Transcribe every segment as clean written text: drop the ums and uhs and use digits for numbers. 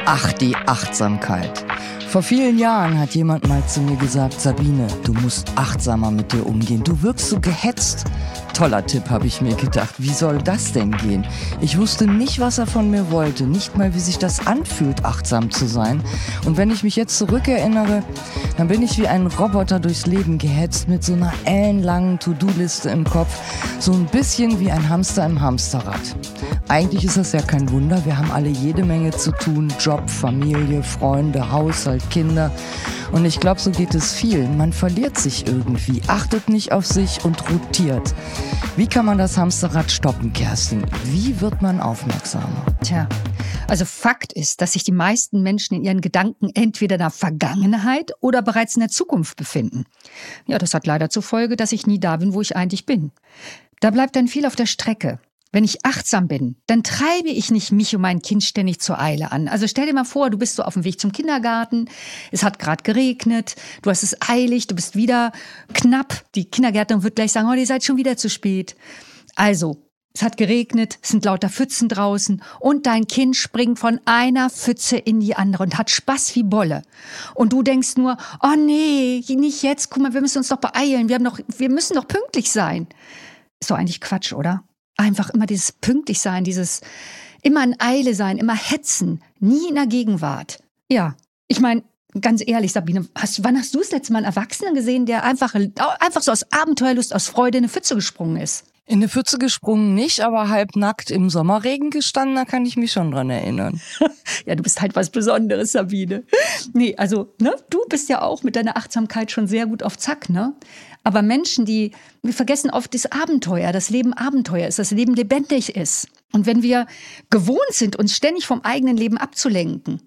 Ach, die Achtsamkeit. Vor vielen Jahren hat jemand mal zu mir gesagt, Sabine, du musst achtsamer mit dir umgehen. Du wirkst so gehetzt. Toller Tipp, habe ich mir gedacht. Wie soll das denn gehen? Ich wusste nicht, was er von mir wollte. Nicht mal, wie sich das anfühlt, achtsam zu sein. Und wenn ich mich jetzt zurückerinnere, dann bin ich wie ein Roboter durchs Leben gehetzt mit so einer ellenlangen To-Do-Liste im Kopf. So ein bisschen wie ein Hamster im Hamsterrad. Eigentlich ist das ja kein Wunder. Wir haben alle jede Menge zu tun. Job, Familie, Freunde, Haushalt, Kinder. Und ich glaube, so geht es vielen. Man verliert sich irgendwie, achtet nicht auf sich und rotiert. Wie kann man das Hamsterrad stoppen, Kerstin? Wie wird man aufmerksamer? Tja, also Fakt ist, dass sich die meisten Menschen in ihren Gedanken entweder in der Vergangenheit oder bereits in der Zukunft befinden. Ja, das hat leider zur Folge, dass ich nie da bin, wo ich eigentlich bin. Da bleibt dann viel auf der Strecke. Wenn ich achtsam bin, dann treibe ich nicht mich und mein Kind ständig zur Eile an. Also stell dir mal vor, du bist so auf dem Weg zum Kindergarten, es hat gerade geregnet, du hast es eilig, du bist wieder knapp. Die Kindergärtnerin wird gleich sagen, oh, ihr seid schon wieder zu spät. Also, es hat geregnet, es sind lauter Pfützen draußen und dein Kind springt von einer Pfütze in die andere und hat Spaß wie Bolle. Und du denkst nur, oh nee, nicht jetzt, guck mal, wir müssen uns doch beeilen, wir müssen doch pünktlich sein. Ist doch eigentlich Quatsch, oder? Einfach immer dieses pünktlich sein, dieses immer in Eile sein, immer hetzen, nie in der Gegenwart. Ja, ich meine, ganz ehrlich, Sabine, wann hast du das letzte Mal einen Erwachsenen gesehen, der einfach so aus Abenteuerlust, aus Freude in eine Pfütze gesprungen ist? In eine Pfütze gesprungen nicht, aber halbnackt im Sommerregen gestanden, da kann ich mich schon dran erinnern. Ja, du bist halt was Besonderes, Sabine. Nee, also, du bist ja auch mit deiner Achtsamkeit schon sehr gut auf Zack, ne? Aber Menschen, wir vergessen oft das Abenteuer, das Leben Abenteuer ist, das Leben lebendig ist. Und wenn wir gewohnt sind, uns ständig vom eigenen Leben abzulenken,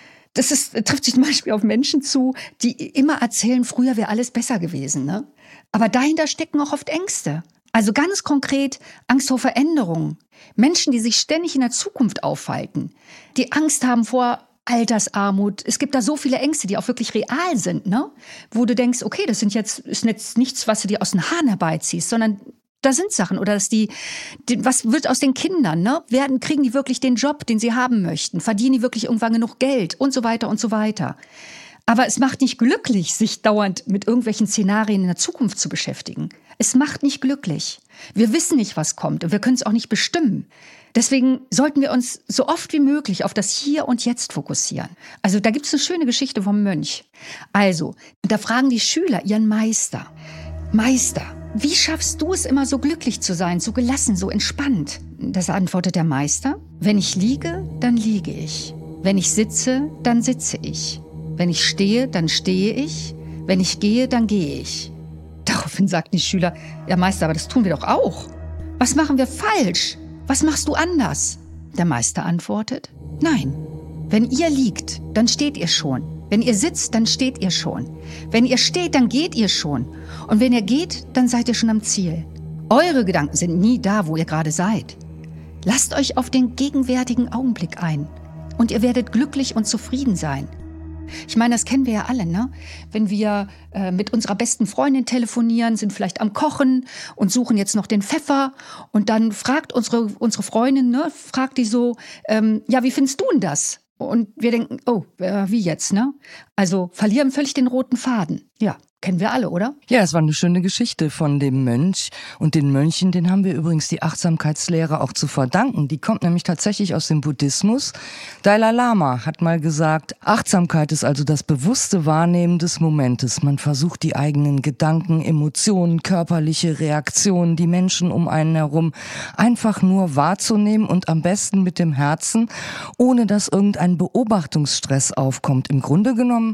trifft sich zum Beispiel auf Menschen zu, die immer erzählen, früher wäre alles besser gewesen, ne? Aber dahinter stecken auch oft Ängste. Also ganz konkret Angst vor Veränderung. Menschen, die sich ständig in der Zukunft aufhalten, die Angst haben vor Altersarmut. Es gibt da so viele Ängste, die auch wirklich real sind, ne? Wo du denkst, okay, ist jetzt nichts, was du dir aus den Haaren herbeiziehst, sondern da sind Sachen. Oder was wird aus den Kindern, ne? Kriegen die wirklich den Job, den sie haben möchten? Verdienen die wirklich irgendwann genug Geld? Und so weiter und so weiter. Aber es macht nicht glücklich, sich dauernd mit irgendwelchen Szenarien in der Zukunft zu beschäftigen. Es macht nicht glücklich. Wir wissen nicht, was kommt und wir können es auch nicht bestimmen. Deswegen sollten wir uns so oft wie möglich auf das Hier und Jetzt fokussieren. Also da gibt es eine schöne Geschichte vom Mönch. Also, da fragen die Schüler ihren Meister, wie schaffst du es immer so glücklich zu sein, so gelassen, so entspannt? Das antwortet der Meister, wenn ich liege, dann liege ich. Wenn ich sitze, dann sitze ich. Wenn ich stehe, dann stehe ich. Wenn ich gehe, dann gehe ich. Daraufhin sagten die Schüler, ja Meister, aber das tun wir doch auch. Was machen wir falsch? Was machst du anders? Der Meister antwortet, nein. Wenn ihr liegt, dann steht ihr schon. Wenn ihr sitzt, dann steht ihr schon. Wenn ihr steht, dann geht ihr schon. Und wenn ihr geht, dann seid ihr schon am Ziel. Eure Gedanken sind nie da, wo ihr gerade seid. Lasst euch auf den gegenwärtigen Augenblick ein. Und ihr werdet glücklich und zufrieden sein. Ich meine, das kennen wir ja alle, ne? Wenn wir mit unserer besten Freundin telefonieren, sind vielleicht am Kochen und suchen jetzt noch den Pfeffer und dann fragt unsere Freundin, ne, fragt die so, ja, wie findest du denn das? Und wir denken, oh, wie jetzt, ne? Also verlieren völlig den roten Faden. Ja, kennen wir alle, oder? Ja, es war eine schöne Geschichte von dem Mönch. Und den Mönchen, den haben wir übrigens die Achtsamkeitslehre auch zu verdanken. Die kommt nämlich tatsächlich aus dem Buddhismus. Dalai Lama hat mal gesagt, Achtsamkeit ist also das bewusste Wahrnehmen des Momentes. Man versucht die eigenen Gedanken, Emotionen, körperliche Reaktionen, die Menschen um einen herum einfach nur wahrzunehmen und am besten mit dem Herzen, ohne dass irgendein Beobachtungsstress aufkommt. Im Grunde genommen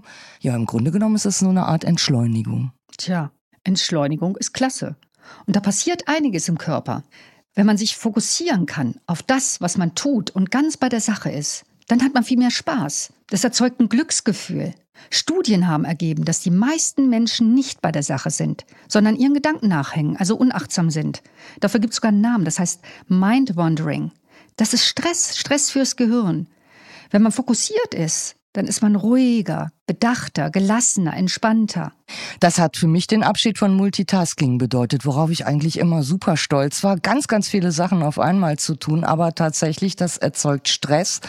ist es nur eine Art Entschleunigung. Tja, Entschleunigung ist klasse. Und da passiert einiges im Körper. Wenn man sich fokussieren kann auf das, was man tut und ganz bei der Sache ist, dann hat man viel mehr Spaß. Das erzeugt ein Glücksgefühl. Studien haben ergeben, dass die meisten Menschen nicht bei der Sache sind, sondern ihren Gedanken nachhängen, also unachtsam sind. Dafür gibt es sogar einen Namen, das heißt Mind Wandering. Das ist Stress fürs Gehirn. Wenn man fokussiert ist, dann ist man ruhiger, bedachter, gelassener, entspannter. Das hat für mich den Abschied von Multitasking bedeutet, worauf ich eigentlich immer super stolz war. Ganz, ganz viele Sachen auf einmal zu tun, aber tatsächlich, das erzeugt Stress.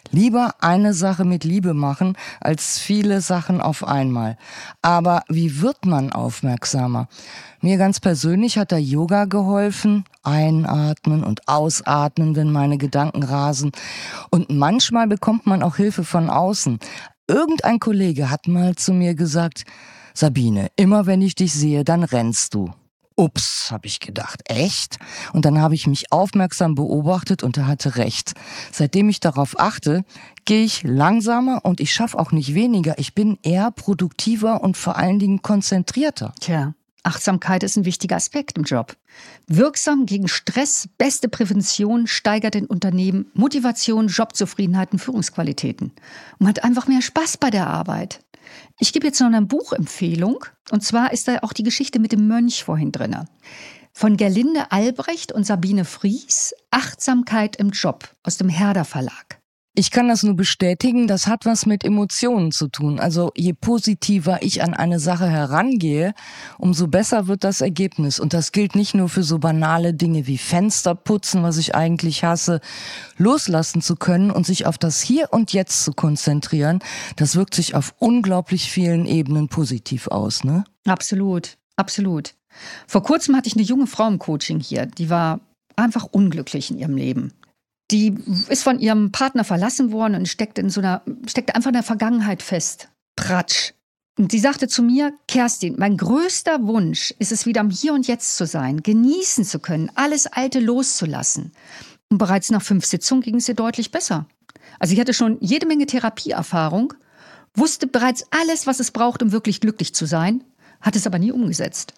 Lieber eine Sache mit Liebe machen, als viele Sachen auf einmal. Aber wie wird man aufmerksamer? Mir ganz persönlich hat der Yoga geholfen. Einatmen und ausatmen, wenn meine Gedanken rasen. Und manchmal bekommt man auch Hilfe von außen. Irgendein Kollege hat mal zu mir gesagt, Sabine, immer wenn ich dich sehe, dann rennst du. Ups, habe ich gedacht, echt? Und dann habe ich mich aufmerksam beobachtet und er hatte recht. Seitdem ich darauf achte, gehe ich langsamer und ich schaffe auch nicht weniger. Ich bin eher produktiver und vor allen Dingen konzentrierter. Tja, Achtsamkeit ist ein wichtiger Aspekt im Job. Wirksam gegen Stress, beste Prävention, steigert in Unternehmen Motivation, Jobzufriedenheit und Führungsqualitäten. Und man hat einfach mehr Spaß bei der Arbeit. Ich gebe jetzt noch eine Buchempfehlung. Und zwar ist da auch die Geschichte mit dem Mönch vorhin drin. Von Gerlinde Albrecht und Sabine Fries, Achtsamkeit im Job aus dem Herder Verlag. Ich kann das nur bestätigen, das hat was mit Emotionen zu tun. Also je positiver ich an eine Sache herangehe, umso besser wird das Ergebnis. Und das gilt nicht nur für so banale Dinge wie Fenster putzen, was ich eigentlich hasse, loslassen zu können und sich auf das Hier und Jetzt zu konzentrieren. Das wirkt sich auf unglaublich vielen Ebenen positiv aus, ne? Absolut, absolut. Vor kurzem hatte ich eine junge Frau im Coaching hier, die war einfach unglücklich in ihrem Leben. Die ist von ihrem Partner verlassen worden und steckte einfach in der Vergangenheit fest. Tratsch. Und sie sagte zu mir, Kerstin, mein größter Wunsch ist es, wieder im Hier und Jetzt zu sein, genießen zu können, alles Alte loszulassen. Und bereits nach 5 Sitzungen ging es ihr deutlich besser. Also sie hatte schon jede Menge Therapieerfahrung, wusste bereits alles, was es braucht, um wirklich glücklich zu sein, hat es aber nie umgesetzt.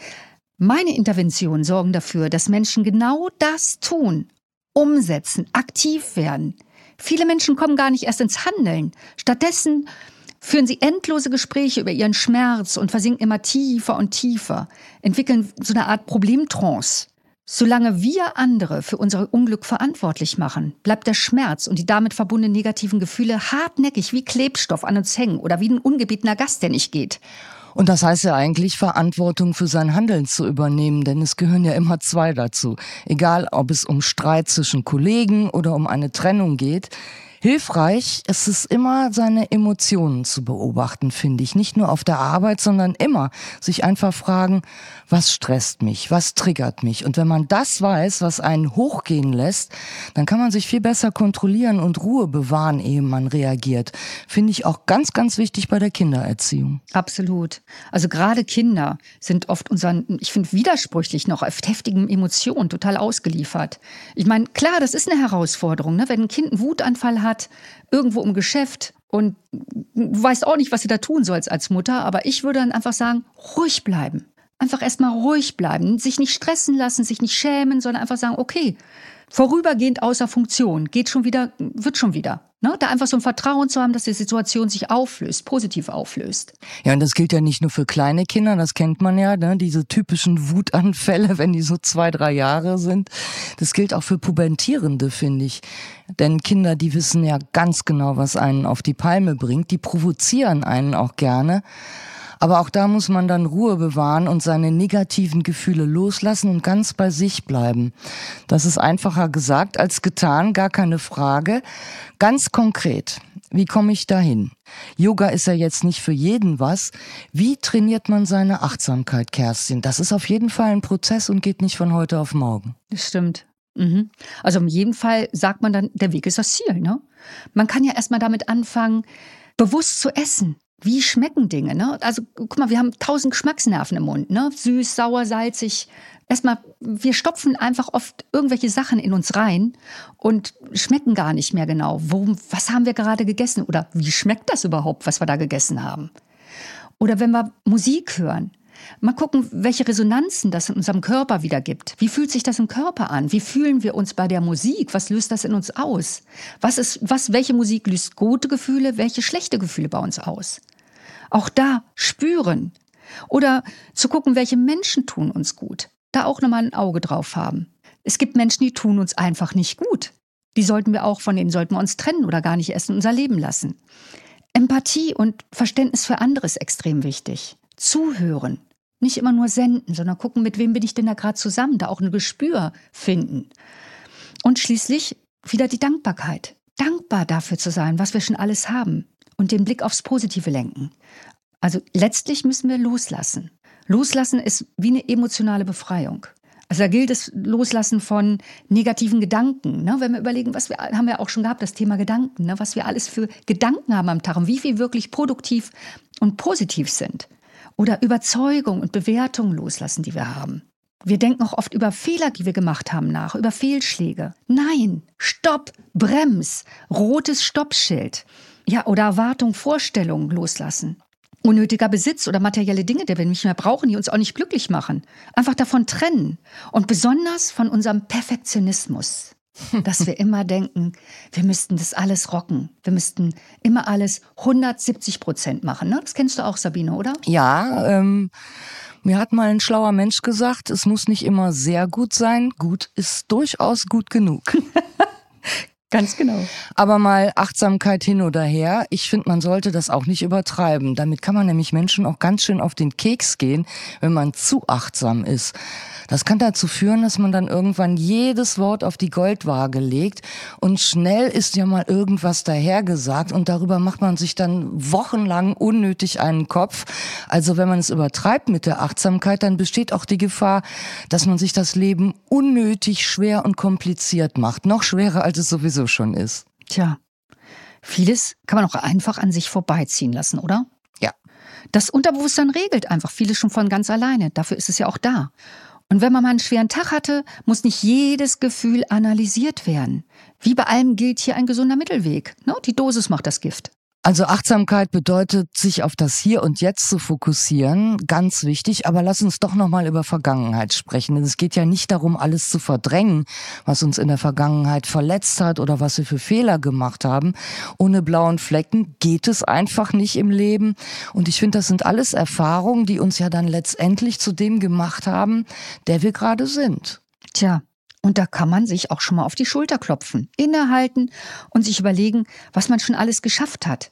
Meine Interventionen sorgen dafür, dass Menschen genau das tun, umsetzen, aktiv werden. Viele Menschen kommen gar nicht erst ins Handeln. Stattdessen führen sie endlose Gespräche über ihren Schmerz und versinken immer tiefer und tiefer, entwickeln so eine Art Problemtrance. Solange wir andere für unser Unglück verantwortlich machen, bleibt der Schmerz und die damit verbundenen negativen Gefühle hartnäckig wie Klebstoff an uns hängen oder wie ein ungebetener Gast, der nicht geht. Und das heißt ja eigentlich, Verantwortung für sein Handeln zu übernehmen, denn es gehören ja immer 2 dazu. Egal, ob es um Streit zwischen Kollegen oder um eine Trennung geht. Hilfreich ist es immer, seine Emotionen zu beobachten, finde ich. Nicht nur auf der Arbeit, sondern immer. Sich einfach fragen, was stresst mich, was triggert mich? Und wenn man das weiß, was einen hochgehen lässt, dann kann man sich viel besser kontrollieren und Ruhe bewahren, ehe man reagiert. Finde ich auch ganz, ganz wichtig bei der Kindererziehung. Absolut. Also gerade Kinder sind oft ich finde widersprüchlich noch, auf heftigen Emotionen total ausgeliefert. Ich meine, klar, das ist eine Herausforderung, ne? Wenn ein Kind einen Wutanfall hat, irgendwo im Geschäft und du weißt auch nicht, was du da tun sollst als Mutter, aber ich würde dann einfach sagen, ruhig bleiben. Einfach erstmal ruhig bleiben, sich nicht stressen lassen, sich nicht schämen, sondern einfach sagen, okay, vorübergehend außer Funktion, wird schon wieder. Ne? Da einfach so ein Vertrauen zu haben, dass die Situation sich auflöst, positiv auflöst. Ja, und das gilt ja nicht nur für kleine Kinder, das kennt man ja, ne? Diese typischen Wutanfälle, wenn die so 2, 3 Jahre sind. Das gilt auch für Pubertierende, finde ich. Denn Kinder, die wissen ja ganz genau, was einen auf die Palme bringt. Die provozieren einen auch gerne. Aber auch da muss man dann Ruhe bewahren und seine negativen Gefühle loslassen und ganz bei sich bleiben. Das ist einfacher gesagt als getan, gar keine Frage. Ganz konkret, wie komme ich dahin? Yoga ist ja jetzt nicht für jeden was. Wie trainiert man seine Achtsamkeit, Kerstin? Das ist auf jeden Fall ein Prozess und geht nicht von heute auf morgen. Das stimmt. Also in jedem Fall sagt man dann, der Weg ist das Ziel. Ne? Man kann ja erstmal damit anfangen, bewusst zu essen. Wie schmecken Dinge? Ne? Also guck mal, wir haben 1000 Geschmacksnerven im Mund. Ne? Süß, sauer, salzig. Erstmal, wir stopfen einfach oft irgendwelche Sachen in uns rein und schmecken gar nicht mehr genau. Was haben wir gerade gegessen? Oder wie schmeckt das überhaupt, was wir da gegessen haben? Oder wenn wir Musik hören. Mal gucken, welche Resonanzen das in unserem Körper wieder gibt. Wie fühlt sich das im Körper an? Wie fühlen wir uns bei der Musik? Was löst das in uns aus? Welche Musik löst gute Gefühle, welche schlechte Gefühle bei uns aus? Auch da spüren. Oder zu gucken, welche Menschen tun uns gut. Da auch nochmal ein Auge drauf haben. Es gibt Menschen, die tun uns einfach nicht gut. Von denen sollten wir uns trennen oder gar nicht erst in unser Leben lassen. Empathie und Verständnis für andere ist extrem wichtig. Zuhören. Nicht immer nur senden, sondern gucken, mit wem bin ich denn da gerade zusammen, da auch ein Gespür finden. Und schließlich wieder die Dankbarkeit. dankbar dafür zu sein, was wir schon alles haben und den Blick aufs Positive lenken. Also letztlich müssen wir loslassen. Loslassen ist wie eine emotionale Befreiung. Also da gilt es Loslassen von negativen Gedanken. Ne? Wenn wir überlegen, haben wir auch schon gehabt, das Thema Gedanken, ne? Was wir alles für Gedanken haben am Tag und wie viel wirklich produktiv und positiv sind. Oder Überzeugung und Bewertung loslassen, die wir haben. Wir denken auch oft über Fehler, die wir gemacht haben, nach, über Fehlschläge. Nein, Stopp, Brems, rotes Stoppschild. Ja, oder Erwartung, Vorstellung loslassen. Unnötiger Besitz oder materielle Dinge, die wir nicht mehr brauchen, die uns auch nicht glücklich machen. Einfach davon trennen. Und besonders von unserem Perfektionismus. Dass wir immer denken, wir müssten das alles rocken. Wir müssten immer alles 170% machen. Ne? Das kennst du auch, Sabine, oder? Ja, mir hat mal ein schlauer Mensch gesagt, es muss nicht immer sehr gut sein. Gut ist durchaus gut genug. Ganz genau. Aber mal Achtsamkeit hin oder her. Ich finde, man sollte das auch nicht übertreiben. Damit kann man nämlich Menschen auch ganz schön auf den Keks gehen, wenn man zu achtsam ist. Das kann dazu führen, dass man dann irgendwann jedes Wort auf die Goldwaage legt und schnell ist ja mal irgendwas dahergesagt und darüber macht man sich dann wochenlang unnötig einen Kopf. Also wenn man es übertreibt mit der Achtsamkeit, dann besteht auch die Gefahr, dass man sich das Leben unnötig schwer und kompliziert macht. Noch schwerer, als es sowieso schon ist. Tja, vieles kann man auch einfach an sich vorbeiziehen lassen, oder? Ja. Das Unterbewusstsein regelt einfach vieles schon von ganz alleine. Dafür ist es ja auch da. Und wenn man mal einen schweren Tag hatte, muss nicht jedes Gefühl analysiert werden. Wie bei allem gilt hier ein gesunder Mittelweg. Ne? Die Dosis macht das Gift. Also Achtsamkeit bedeutet, sich auf das Hier und Jetzt zu fokussieren, ganz wichtig. Aber lass uns doch nochmal über Vergangenheit sprechen. Denn es geht ja nicht darum, alles zu verdrängen, was uns in der Vergangenheit verletzt hat oder was wir für Fehler gemacht haben. Ohne blauen Flecken geht es einfach nicht im Leben. Und ich finde, das sind alles Erfahrungen, die uns ja dann letztendlich zu dem gemacht haben, der wir gerade sind. Tja. Und da kann man sich auch schon mal auf die Schulter klopfen, innehalten und sich überlegen, was man schon alles geschafft hat.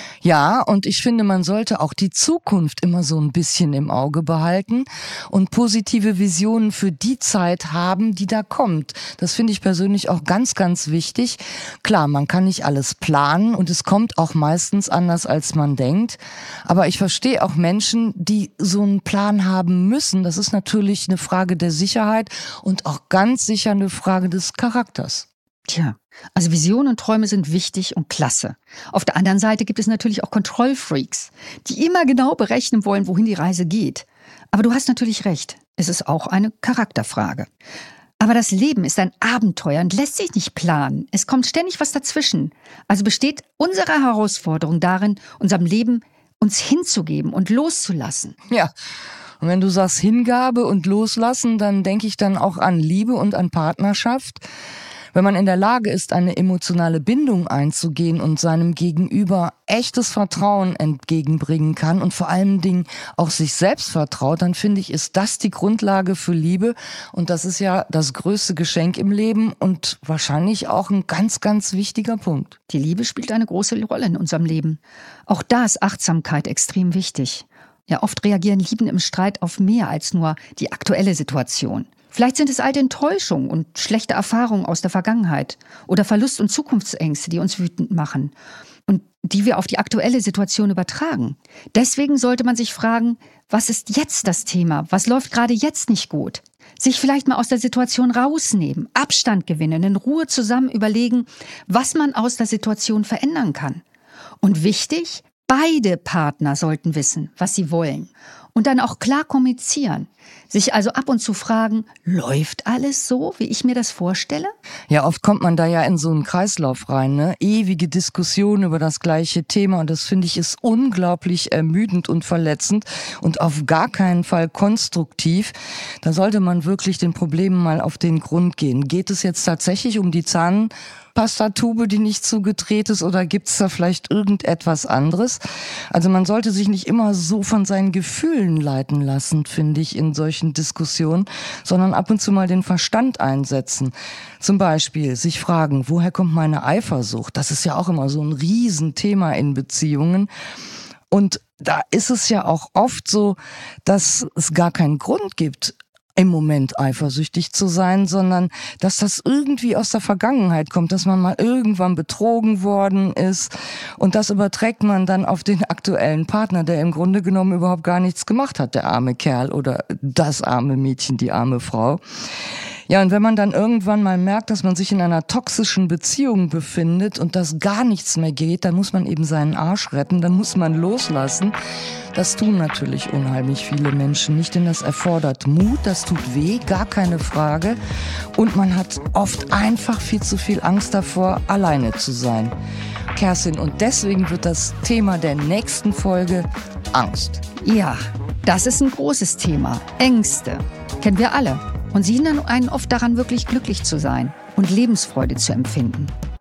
Ja, und ich finde, man sollte auch die Zukunft immer so ein bisschen im Auge behalten und positive Visionen für die Zeit haben, die da kommt. Das finde ich persönlich auch ganz, ganz wichtig. Klar, man kann nicht alles planen und es kommt auch meistens anders, als man denkt. Aber ich verstehe auch Menschen, die so einen Plan haben müssen. Das ist natürlich eine Frage der Sicherheit und auch ganz sicher eine Frage des Charakters. Tja, also Visionen und Träume sind wichtig und klasse. Auf der anderen Seite gibt es natürlich auch Kontrollfreaks, die immer genau berechnen wollen, wohin die Reise geht. Aber du hast natürlich recht, es ist auch eine Charakterfrage. Aber das Leben ist ein Abenteuer und lässt sich nicht planen. Es kommt ständig was dazwischen. Also besteht unsere Herausforderung darin, unserem Leben uns hinzugeben und loszulassen. Ja. Und wenn du sagst Hingabe und Loslassen, dann denke ich dann auch an Liebe und an Partnerschaft. Wenn man in der Lage ist, eine emotionale Bindung einzugehen und seinem Gegenüber echtes Vertrauen entgegenbringen kann und vor allen Dingen auch sich selbst vertraut, dann finde ich, ist das die Grundlage für Liebe. Und das ist ja das größte Geschenk im Leben und wahrscheinlich auch ein ganz, ganz wichtiger Punkt. Die Liebe spielt eine große Rolle in unserem Leben. Auch da ist Achtsamkeit extrem wichtig. Ja, oft reagieren Liebende im Streit auf mehr als nur die aktuelle Situation. Vielleicht sind es alte Enttäuschungen und schlechte Erfahrungen aus der Vergangenheit oder Verlust- und Zukunftsängste, die uns wütend machen und die wir auf die aktuelle Situation übertragen. Deswegen sollte man sich fragen, was ist jetzt das Thema? Was läuft gerade jetzt nicht gut? Sich vielleicht mal aus der Situation rausnehmen, Abstand gewinnen, in Ruhe zusammen überlegen, was man aus der Situation verändern kann. Und wichtig, beide Partner sollten wissen, was sie wollen. Und dann auch klar kommunizieren. Sich also ab und zu fragen, läuft alles so, wie ich mir das vorstelle? Ja, oft kommt man da ja in so einen Kreislauf rein, ne? Ewige Diskussionen über das gleiche Thema und das finde ich ist unglaublich ermüdend und verletzend und auf gar keinen Fall konstruktiv. Da sollte man wirklich den Problemen mal auf den Grund gehen. Geht es jetzt tatsächlich um die Zahnpastatube, die nicht zugedreht ist, oder gibt es da vielleicht irgendetwas anderes? Also man sollte sich nicht immer so von seinen Gefühlen leiten lassen, finde ich, in solchen Diskussionen, sondern ab und zu mal den Verstand einsetzen. Zum Beispiel sich fragen, woher kommt meine Eifersucht? Das ist ja auch immer so ein Riesenthema in Beziehungen. Und da ist es ja auch oft so, dass es gar keinen Grund gibt, im Moment eifersüchtig zu sein, sondern dass das irgendwie aus der Vergangenheit kommt, dass man mal irgendwann betrogen worden ist und das überträgt man dann auf den aktuellen Partner, der im Grunde genommen überhaupt gar nichts gemacht hat, der arme Kerl oder das arme Mädchen, die arme Frau. Ja, und wenn man dann irgendwann mal merkt, dass man sich in einer toxischen Beziehung befindet und dass gar nichts mehr geht, dann muss man eben seinen Arsch retten, dann muss man loslassen. Das tun natürlich unheimlich viele Menschen nicht, denn das erfordert Mut, das tut weh, gar keine Frage. Und man hat oft einfach viel zu viel Angst davor, alleine zu sein. Kerstin, und deswegen wird das Thema der nächsten Folge Angst. Ja, das ist ein großes Thema. Ängste. Kennen wir alle. Und sie hindern einen oft daran, wirklich glücklich zu sein und Lebensfreude zu empfinden.